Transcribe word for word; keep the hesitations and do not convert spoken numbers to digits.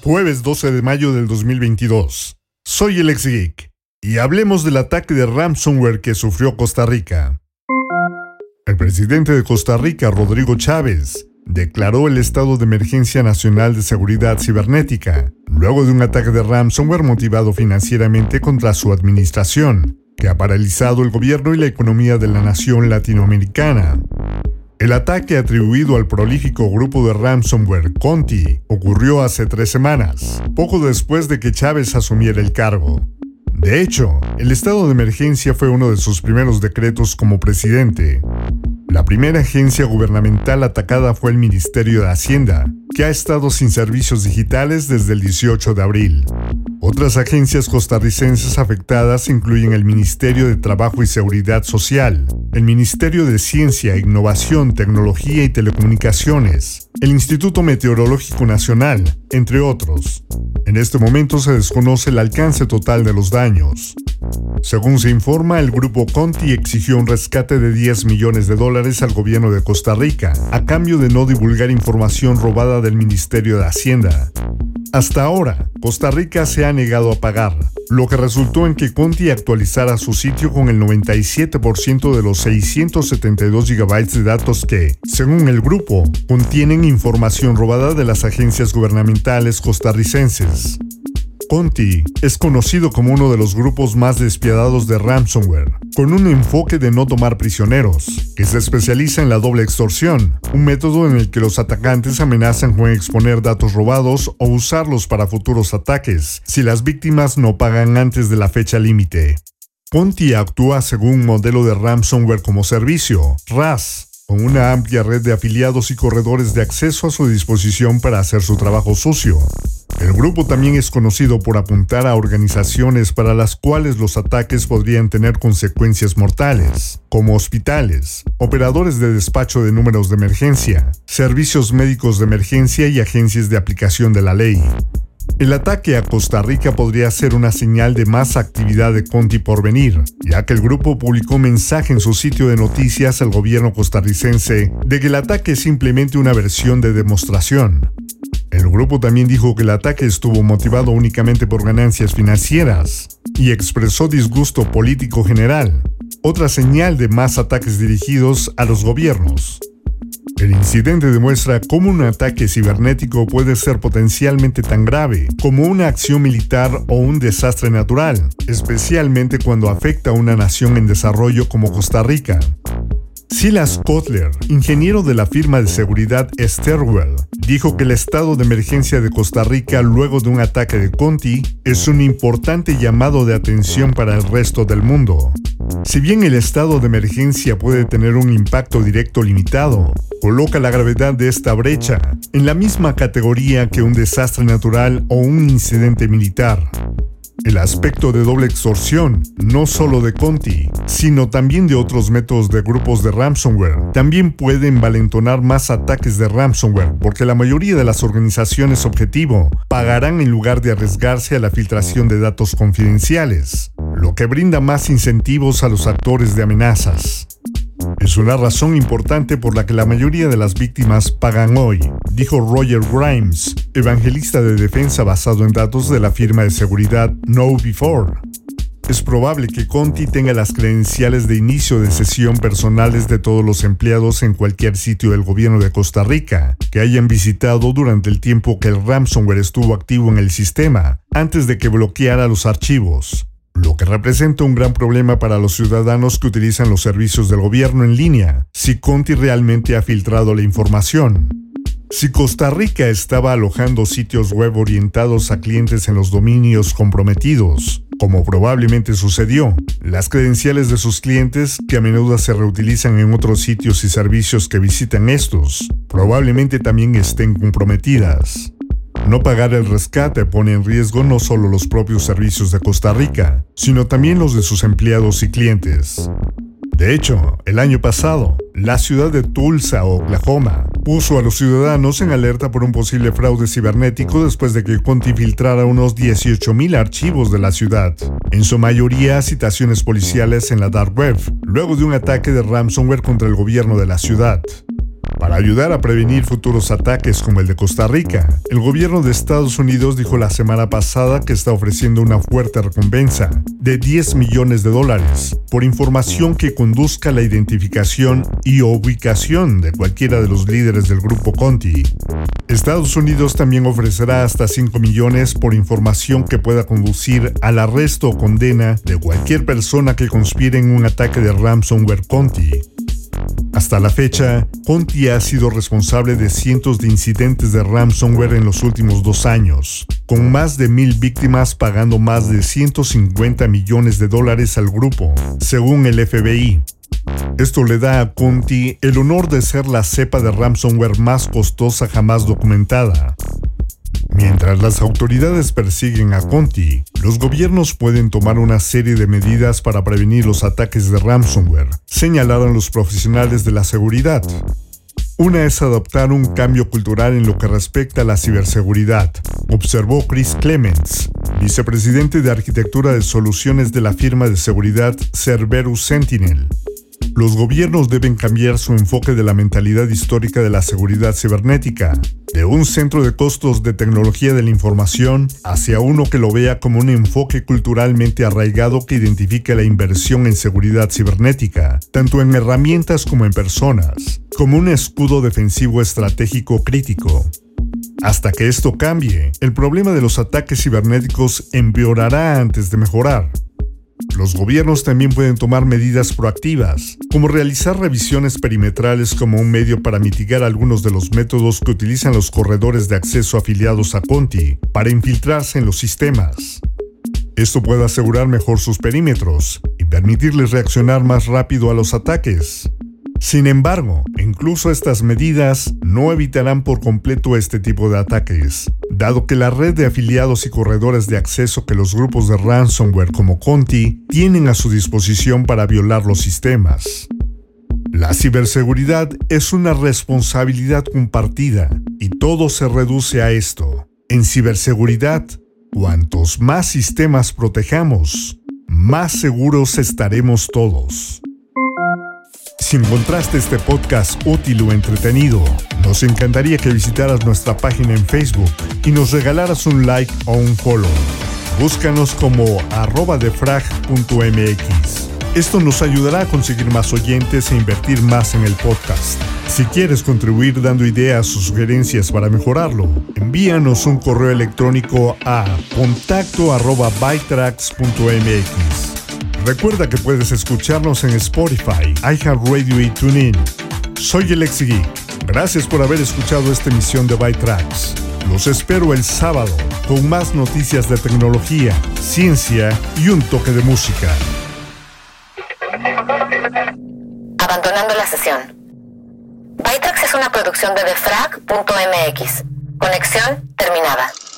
Jueves doce de mayo del dos mil veintidós. Soy el ex-geek y hablemos del ataque de ransomware que sufrió Costa Rica. El presidente de Costa Rica, Rodrigo Chávez, declaró el estado de emergencia nacional de seguridad cibernética, luego de un ataque de ransomware motivado financieramente contra su administración, que ha paralizado el gobierno y la economía de la nación latinoamericana. El ataque atribuido al prolífico grupo de ransomware Conti ocurrió hace tres semanas, poco después de que Chávez asumiera el cargo. De hecho, el estado de emergencia fue uno de sus primeros decretos como presidente. La primera agencia gubernamental atacada fue el Ministerio de Hacienda, que ha estado sin servicios digitales desde el dieciocho de abril. Otras agencias costarricenses afectadas incluyen el Ministerio de Trabajo y Seguridad Social, el Ministerio de Ciencia, Innovación, Tecnología y Telecomunicaciones, el Instituto Meteorológico Nacional, entre otros. En este momento se desconoce el alcance total de los daños. Según se informa, el grupo Conti exigió un rescate de diez millones de dólares al gobierno de Costa Rica, a cambio de no divulgar información robada del Ministerio de Hacienda. Hasta ahora, Costa Rica se ha negado a pagar, lo que resultó en que Conti actualizara su sitio con el noventa y siete por ciento de los seiscientos setenta y dos gigabytes de datos que, según el grupo, contienen información robada de las agencias gubernamentales costarricenses. Conti es conocido como uno de los grupos más despiadados de ransomware, con un enfoque de no tomar prisioneros, que se especializa en la doble extorsión, un método en el que los atacantes amenazan con exponer datos robados o usarlos para futuros ataques, si las víctimas no pagan antes de la fecha límite. Conti actúa según un modelo de ransomware como servicio, R A S, con una amplia red de afiliados y corredores de acceso a su disposición para hacer su trabajo sucio. El grupo también es conocido por apuntar a organizaciones para las cuales los ataques podrían tener consecuencias mortales, como hospitales, operadores de despacho de números de emergencia, servicios médicos de emergencia y agencias de aplicación de la ley. El ataque a Costa Rica podría ser una señal de más actividad de Conti por venir, ya que el grupo publicó un mensaje en su sitio de noticias al gobierno costarricense de que el ataque es simplemente una versión de demostración. El grupo también dijo que el ataque estuvo motivado únicamente por ganancias financieras y expresó disgusto político general, otra señal de más ataques dirigidos a los gobiernos. El incidente demuestra cómo un ataque cibernético puede ser potencialmente tan grave como una acción militar o un desastre natural, especialmente cuando afecta a una nación en desarrollo como Costa Rica. Silas Kotler, ingeniero de la firma de seguridad Sterwell, dijo que el estado de emergencia de Costa Rica luego de un ataque de Conti es un importante llamado de atención para el resto del mundo. Si bien el estado de emergencia puede tener un impacto directo limitado, coloca la gravedad de esta brecha en la misma categoría que un desastre natural o un incidente militar. El aspecto de doble extorsión, no solo de Conti, sino también de otros métodos de grupos de ransomware, también puede envalentonar más ataques de ransomware, porque la mayoría de las organizaciones objetivo pagarán en lugar de arriesgarse a la filtración de datos confidenciales, lo que brinda más incentivos a los actores de amenazas. Es una razón importante por la que la mayoría de las víctimas pagan hoy, dijo Roger Grimes, evangelista de defensa basado en datos de la firma de seguridad KnowBe4. Es probable que Conti tenga las credenciales de inicio de sesión personales de todos los empleados en cualquier sitio del gobierno de Costa Rica que hayan visitado durante el tiempo que el ransomware estuvo activo en el sistema, antes de que bloqueara los archivos, lo que representa un gran problema para los ciudadanos que utilizan los servicios del gobierno en línea, si Conti realmente ha filtrado la información. Si Costa Rica estaba alojando sitios web orientados a clientes en los dominios comprometidos, como probablemente sucedió, las credenciales de sus clientes, que a menudo se reutilizan en otros sitios y servicios que visitan estos, probablemente también estén comprometidas. No pagar el rescate pone en riesgo no solo los propios servicios de Costa Rica, sino también los de sus empleados y clientes. De hecho, el año pasado, la ciudad de Tulsa, Oklahoma, puso a los ciudadanos en alerta por un posible fraude cibernético después de que Conti filtrara unos dieciocho mil archivos de la ciudad, en su mayoría citaciones policiales en la dark web, luego de un ataque de ransomware contra el gobierno de la ciudad. Para ayudar a prevenir futuros ataques como el de Costa Rica, el gobierno de Estados Unidos dijo la semana pasada que está ofreciendo una fuerte recompensa de diez millones de dólares por información que conduzca a la identificación y ubicación de cualquiera de los líderes del grupo Conti. Estados Unidos también ofrecerá hasta cinco millones por información que pueda conducir al arresto o condena de cualquier persona que conspire en un ataque de ransomware Conti. Hasta la fecha, Conti ha sido responsable de cientos de incidentes de ransomware en los últimos dos años, con más de mil víctimas pagando más de ciento cincuenta millones de dólares al grupo, según el F B I. Esto le da a Conti el honor de ser la cepa de ransomware más costosa jamás documentada. Mientras las autoridades persiguen a Conti, los gobiernos pueden tomar una serie de medidas para prevenir los ataques de ransomware, señalaron los profesionales de la seguridad. Una es adoptar un cambio cultural en lo que respecta a la ciberseguridad, observó Chris Clements, vicepresidente de arquitectura de soluciones de la firma de seguridad Cerberus Sentinel. Los gobiernos deben cambiar su enfoque de la mentalidad histórica de la seguridad cibernética, de un centro de costos de tecnología de la información hacia uno que lo vea como un enfoque culturalmente arraigado que identifique la inversión en seguridad cibernética, tanto en herramientas como en personas, como un escudo defensivo estratégico crítico. Hasta que esto cambie, el problema de los ataques cibernéticos empeorará antes de mejorar. Los gobiernos también pueden tomar medidas proactivas, como realizar revisiones perimetrales como un medio para mitigar algunos de los métodos que utilizan los corredores de acceso afiliados a Conti para infiltrarse en los sistemas. Esto puede asegurar mejor sus perímetros y permitirles reaccionar más rápido a los ataques. Sin embargo, incluso estas medidas no evitarán por completo este tipo de ataques, dado que la red de afiliados y corredores de acceso que los grupos de ransomware como Conti tienen a su disposición para violar los sistemas. La ciberseguridad es una responsabilidad compartida y todo se reduce a esto. En ciberseguridad, cuantos más sistemas protejamos, más seguros estaremos todos. Si encontraste este podcast útil o entretenido, nos encantaría que visitaras nuestra página en Facebook y nos regalaras un like o un follow. Búscanos como arroba defrag punto m x. Esto nos ayudará a conseguir más oyentes e invertir más en el podcast. Si quieres contribuir dando ideas o sugerencias para mejorarlo, envíanos un correo electrónico a contacto arroba bytrax punto m x. Recuerda que puedes escucharnos en Spotify, iHeartRadio y TuneIn. Soy el ExiGeek. Gracias por haber escuchado esta emisión de ByTrax. Los espero el sábado con más noticias de tecnología, ciencia y un toque de música. Abandonando la sesión. ByTrax es una producción de defrag punto m x. Conexión terminada.